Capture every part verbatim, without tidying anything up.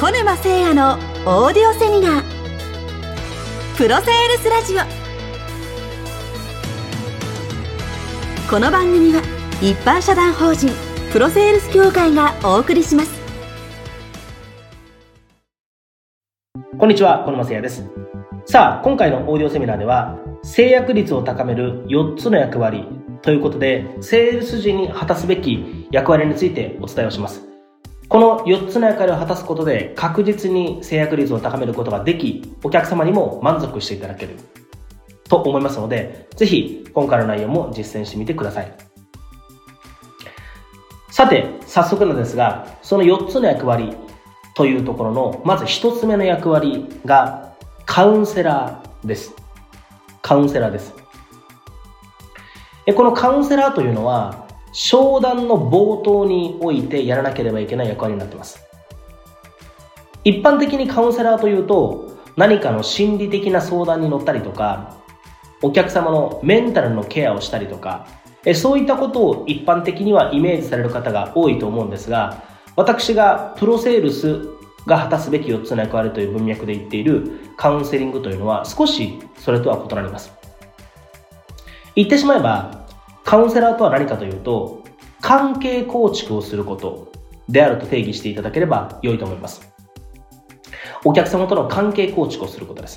小沼誠也のオーディオセミナープロセールスラジオ。この番組は一般社団法人プロセールス協会がお送りします。 こんにちは、小沼誠也です。さあ、今回のオーディオセミナーでは制約率を高めるよっつの役割ということで、セールス時に果たすべき役割についてお伝えをします。このよっつの役割を果たすことで確実に制約率を高めることができ、お客様にも満足していただけると思いますので、ぜひ今回の内容も実践してみてください。さて、早速なんですが、そのよっつの役割というところのまずひとつめの役割がカウンセラーです。カウンセラーです。このカウンセラーというのは商談の冒頭においてやらなければいけない役割になっています。一般的にカウンセラーというと、何かの心理的な相談に乗ったりとか、お客様のメンタルのケアをしたりとか、そういったことを一般的にはイメージされる方が多いと思うんですが、私がプロセールスが果たすべきよっつの役割という文脈で言っているカウンセリングというのは少しそれとは異なります。言ってしまえば、カウンセラーとは何かというと、関係構築をすることであると定義していただければ良いと思います。お客様との関係構築をすることです。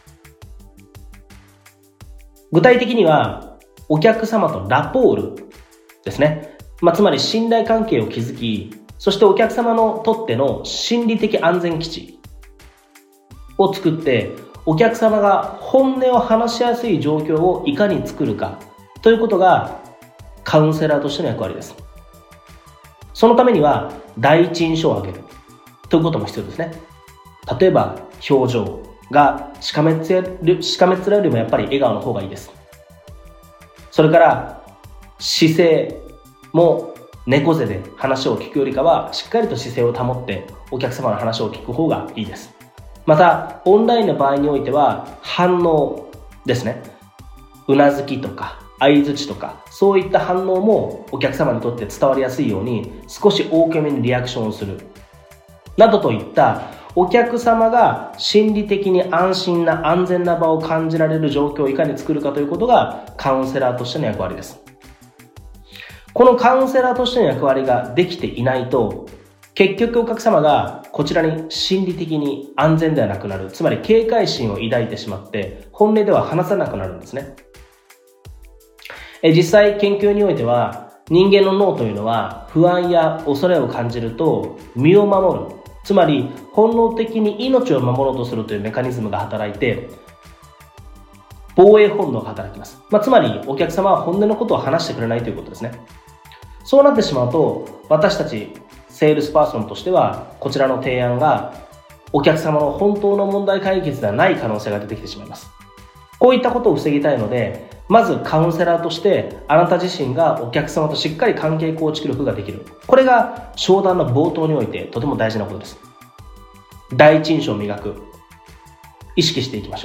具体的には、お客様とラポールですね。まあ、つまり信頼関係を築き、そしてお客様のとっての心理的安全基地を作って、お客様が本音を話しやすい状況をいかに作るかということがカウンセラーとしての役割です。そのためには第一印象を上げるということも必要ですね。例えば表情がしかめっ面しかめっ面よりもやっぱり笑顔の方がいいです。それから姿勢も猫背で話を聞くよりかはしっかりと姿勢を保ってお客様の話を聞く方がいいです。またオンラインの場合においては反応ですね。うなずきとか相づちとか、そういった反応もお客様にとって伝わりやすいように少し大きめにリアクションをするなどといったお客様が心理的に安心な安全な場を感じられる状況をいかに作るかということがカウンセラーとしての役割です。このカウンセラーとしての役割ができていないと、結局お客様がこちらに心理的に安全ではなくなる、つまり警戒心を抱いてしまって本音では話さなくなるんですね。実際研究においては、人間の脳というのは不安や恐れを感じると身を守る、つまり本能的に命を守ろうとするというメカニズムが働いて防衛本能が働きます。まあ、つまりお客様は本音のことを話してくれないということですね。そうなってしまうと、私たちセールスパーソンとしてはこちらの提案がお客様の本当の問題解決ではない可能性が出てきてしまいます。こういったことを防ぎたいので、まずカウンセラーとしてあなた自身がお客様としっかり関係構築力ができる。これが商談の冒頭においてとても大事なことです。第一印象を磨く。意識していきましょう。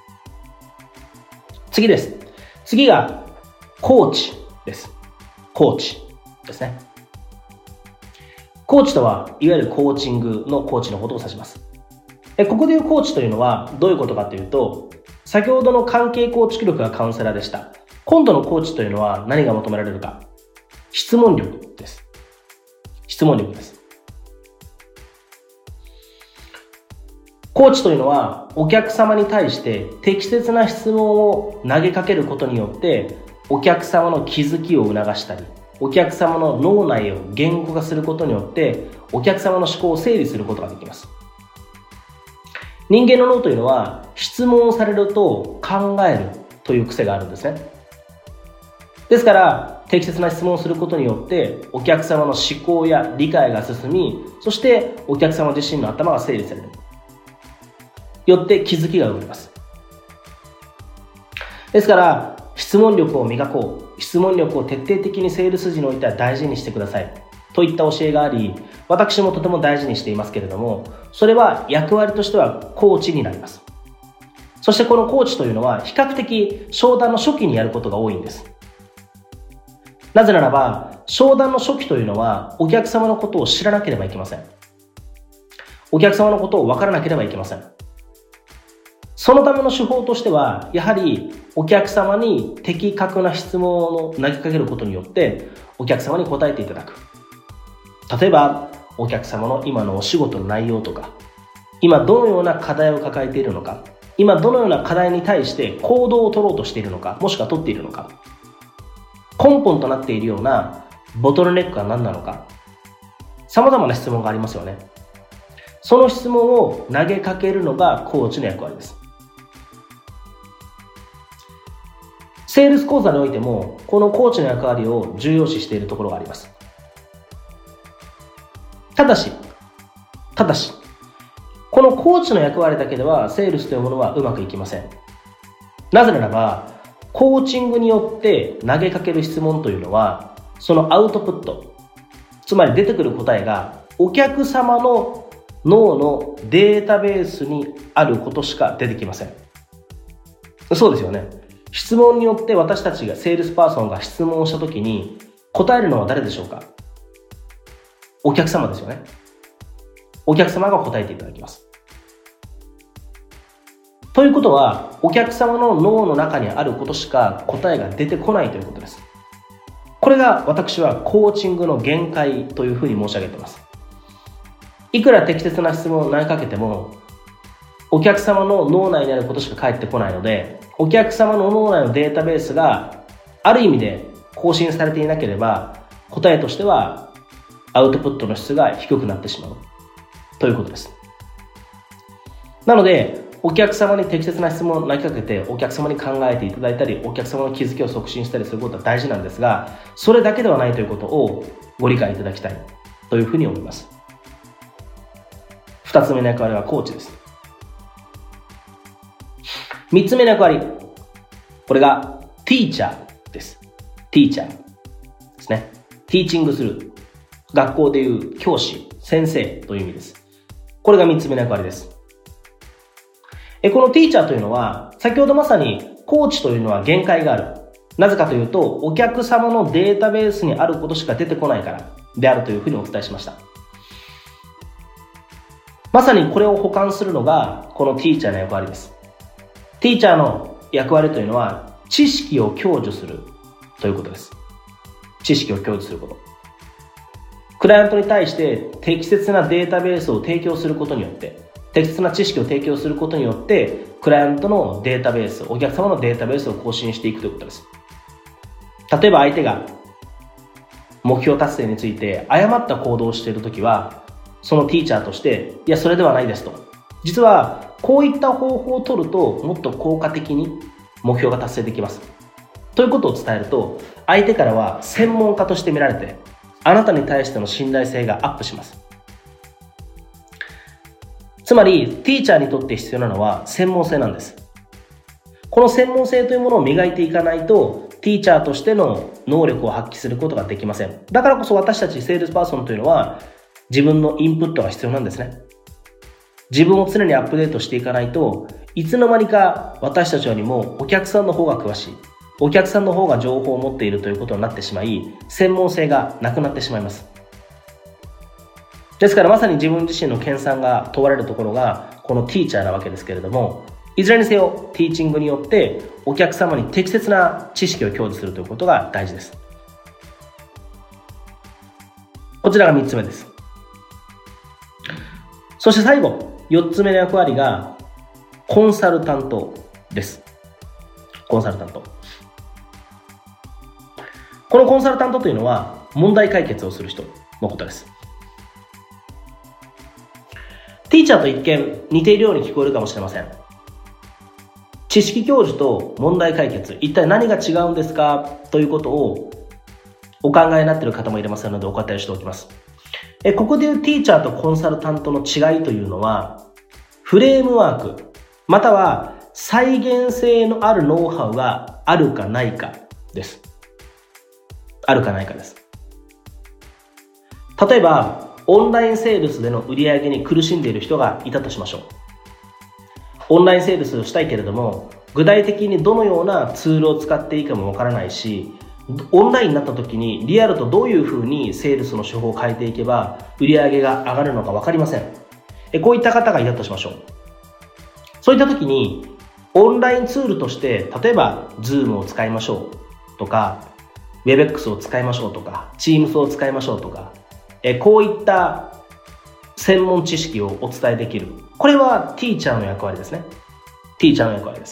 次です。次がコーチです。コーチですね。コーチとはいわゆるコーチングのコーチのことを指します。ここでいうコーチというのはどういうことかというと、先ほどの関係構築力がカウンセラーでした。今度のコーチというのは何が求められるか。質問力です。質問力です。コーチというのはお客様に対して適切な質問を投げかけることによってお客様の気づきを促したり、お客様の脳内を言語化することによってお客様の思考を整理することができます。人間の脳というのは質問をされると考えるという癖があるんですね。ですから適切な質問をすることによってお客様の思考や理解が進み、そしてお客様自身の頭が整理される。よって気づきが生まれます。ですから質問力を磨こう。質問力を徹底的にセールス時においては大事にしてくださいといった教えがあり、私もとても大事にしていますけれども、それは役割としてはコーチになります。そしてこのコーチというのは比較的商談の初期にやることが多いんです。なぜならば商談の初期というのはお客様のことを知らなければいけません。 お客様のことを分からなければいけません。そのための手法としては、やはりお客様に的確な質問を投げかけることによってお客様に答えていただく。例えばお客様の今のお仕事の内容とか、今どのような課題を抱えているのか、今どのような課題に対して行動を取ろうとしているのか、もしくは取っているのか、根本となっているようなボトルネックは何なのか、様々な質問がありますよね。その質問を投げかけるのがコーチの役割です。セールス講座においてもこのコーチの役割を重要視しているところがあります。ただしただしこのコーチの役割だけではセールスというものはうまくいきません。なぜならばコーチングによって投げかける質問というのは、そのアウトプット、つまり出てくる答えがお客様の脳のデータベースにあることしか出てきません。そうですよね。質問によって私たちがセールスパーソンが質問をしたときに答えるのは誰でしょうか？お客様ですよね。お客様が答えていただきます。ということは、お客様の脳の中にあることしか答えが出てこないということです。これが私はコーチングの限界というふうに申し上げています。いくら適切な質問を投げかけても、お客様の脳内にあることしか返ってこないので、お客様の脳内のデータベースがある意味で更新されていなければ、答えとしてはアウトプットの質が低くなってしまうということです。なので、お客様に適切な質問を投げかけて、お客様に考えていただいたり、お客様の気づきを促進したりすることは大事なんですが、それだけではないということをご理解いただきたいというふうに思います。二つ目の役割はコーチです。三つ目の役割、これがティーチャーです。ティーチャーですね。ティーチングする。学校でいう教師、先生という意味です。これが三つ目の役割です。このティーチャーというのは、先ほどまさにコーチというのは限界がある。なぜかというと、お客様のデータベースにあることしか出てこないからであるというふうにお伝えしました。まさにこれを補完するのがこのティーチャーの役割です。ティーチャーの役割というのは、知識を享受するということです。知識を享受すること。クライアントに対して適切なデータベースを提供することによって、適切な知識を提供することによって、クライアントのデータベース、お客様のデータベースを更新していくということです。例えば相手が目標達成について誤った行動をしているときは、そのティーチャーとして、いや、それではないですと。実は、こういった方法を取ると、もっと効果的に目標が達成できます。ということを伝えると、相手からは専門家として見られて、あなたに対しての信頼性がアップします。つまり、ティーチャーにとって必要なのは専門性なんです。この専門性というものを磨いていかないと、ティーチャーとしての能力を発揮することができません。だからこそ私たちセールスパーソンというのは、自分のインプットが必要なんですね。自分を常にアップデートしていかないと、いつの間にか私たちよりもお客さんの方が詳しい、お客さんの方が情報を持っているということになってしまい、専門性がなくなってしまいます。ですからまさに自分自身の研鑽が問われるところがこのティーチャーなわけですけれども、いずれにせよティーチングによってお客様に適切な知識を享受するということが大事です。こちらがみっつめです。そして最後、よっつめの役割がコンサルタントです。コンサルタント。このコンサルタントというのは問題解決をする人のことです。ティーチャーと一見似ているように聞こえるかもしれません。知識享受と問題解決、一体何が違うんですかということをお考えになっている方もいれませんのでお答えしておきます。えここでいうティーチャーとコンサルタントの違いというのは、フレームワーク、または再現性のあるノウハウがあるかないかです。あるかないかです。例えば、オンラインセールスでの売り上げに苦しんでいる人がいたとしましょう。オンラインセールスをしたいけれども、具体的にどのようなツールを使っていいかもわからないし、オンラインになった時にリアルとどういうふうにセールスの手法を変えていけば売り上げが上がるのかわかりません。 えこういった方がいたとしましょう。そういった時にオンラインツールとして例えば Zoom を使いましょうとか Webex を使いましょうとか Teams を使いましょうとか、えこういった専門知識をお伝えできる、これはティーチャーの役割ですね。ティーチャーの役割です。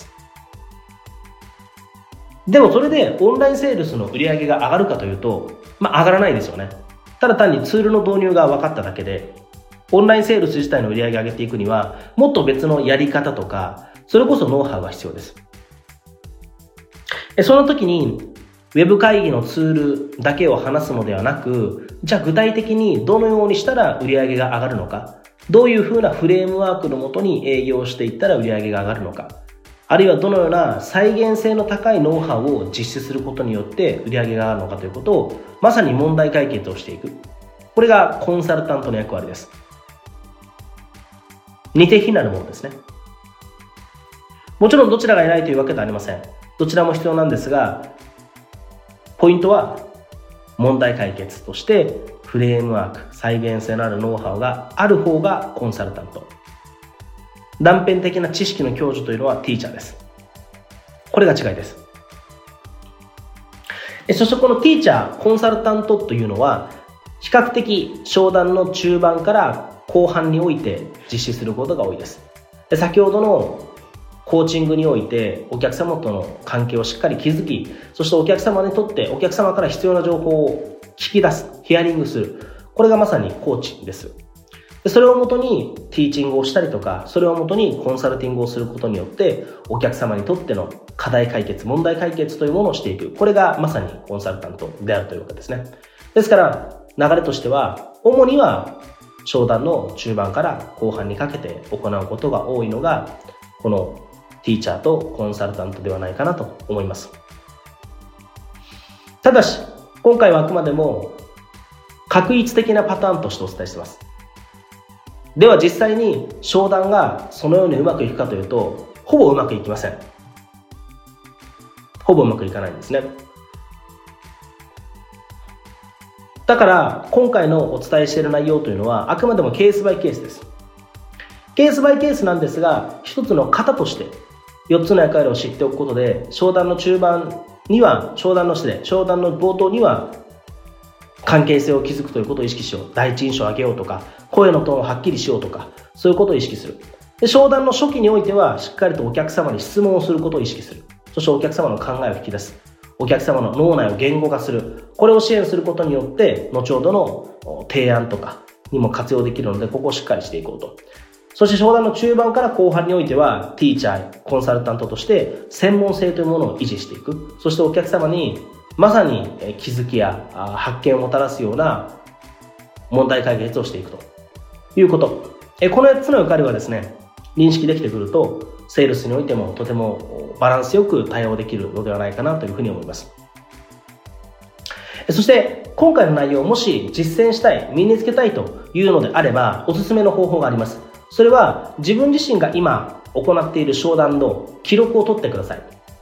でもそれでオンラインセールスの売り上げが上がるかというと、まあ上がらないですよね。ただ単にツールの導入が分かっただけで、オンラインセールス自体の売り上げを上げていくには、もっと別のやり方とか、それこそノウハウが必要です。その時に、ウェブ会議のツールだけを話すのではなく、じゃあ具体的にどのようにしたら売り上げが上がるのか、どういうふうなフレームワークのもとに営業していったら売り上げが上がるのか、あるいはどのような再現性の高いノウハウを実施することによって売り上げが上がるのかということを、まさに問題解決をしていく。これがコンサルタントの役割です。似て非なるものですね。もちろんどちらが偉いというわけではありません。どちらも必要なんですが、ポイントは問題解決としてフレームワーク、再現性のあるノウハウがある方がコンサルタント。断片的な知識の享受というのはティーチャーです。これが違いです。そしてこのティーチャー、コンサルタントというのは比較的商談の中盤から後半において実施することが多いです。で、先ほどのコーチングにおいてお客様との関係をしっかり築き、そしてお客様にとってお客様から必要な情報を聞き出す、ヒアリングする。これがまさにコーチです。で、それをもとにティーチングをしたりとか、それをもとにコンサルティングをすることによってお客様にとっての課題解決、問題解決というものをしていく。これがまさにコンサルタントであるというわけですね。ですから流れとしては、主には商談の中盤から後半にかけて行うことが多いのがこのティーチャーとコンサルタントではないかなと思います。ただし今回はあくまでも確率的なパターンとしてお伝えしています。では実際に商談がそのようにうまくいくかというと、ほぼうまくいきません。ほぼうまくいかないんですね。だから今回のお伝えしている内容というのはあくまでもケースバイケースです。ケースバイケースなんですが、一つの型としてよっつの役割を知っておくことで、商談の中盤には、商談の失礼、商談の冒頭には関係性を築くということを意識しよう。第一印象を上げようとか、声のトーンをはっきりしようとか、そういうことを意識する。で、商談の初期においてはしっかりとお客様に質問をすることを意識する。そしてお客様の考えを引き出す。お客様の脳内を言語化する。これを支援することによって後ほどの提案とかにも活用できるので、ここをしっかりしていこうと。そして商談の中盤から後半においてはティーチャー、コンサルタントとして専門性というものを維持していく。そしてお客様にまさに気づきや発見をもたらすような問題解決をしていくということ。このよっつの役割はですね、認識できてくるとセールスにおいてもとてもバランスよく対応できるのではないかなというふうに思います。そして今回の内容をもし実践したい、身につけたいというのであれば、おすすめの方法があります。それは自分自身が今行っている商談の記録を取ってください。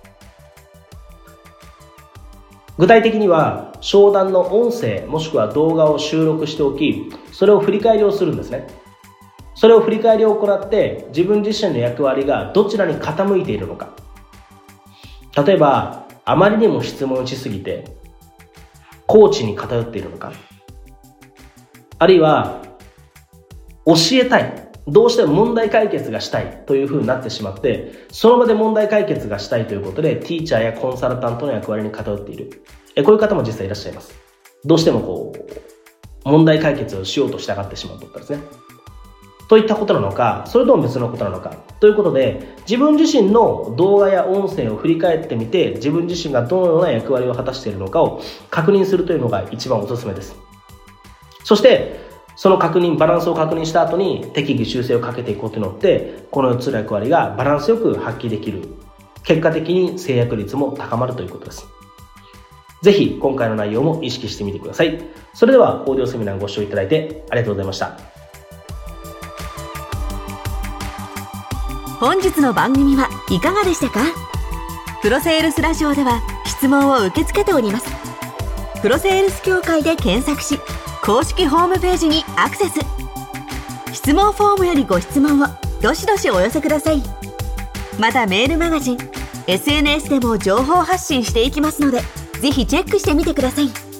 具体的には商談の音声もしくは動画を収録しておき、それを振り返りをするんですね。それを振り返りを行って自分自身の役割がどちらに傾いているのか。例えばあまりにも質問しすぎてコーチに偏っているのか、あるいは教えたい、どうしても問題解決がしたいというふうになってしまって、その場で問題解決がしたいということでティーチャーやコンサルタントの役割に偏っている。えこういう方も実際いらっしゃいます。どうしてもこう問題解決をしようとしたがってしまうとかですね、といったことなのか、それとも別のことなのかということで、自分自身の動画や音声を振り返ってみて、自分自身がどのような役割を果たしているのかを確認するというのが一番おすすめです。そしてその確認、バランスを確認した後に適宜修正をかけていくことによって、このよっつの役割がバランスよく発揮できる。結果的に制約率も高まるということです。ぜひ今回の内容も意識してみてください。それではオーディオセミナーご視聴いただいてありがとうございました。 本日の番組はいかがでしたか？プロセールスラジオでは質問を受け付けております。プロセールス協会で検索し、公式ホームページにアクセス。 質問フォームよりご質問をどしどしお寄せください。またメールマガジン、エスエヌエス でも情報発信していきますので、ぜひチェックしてみてください。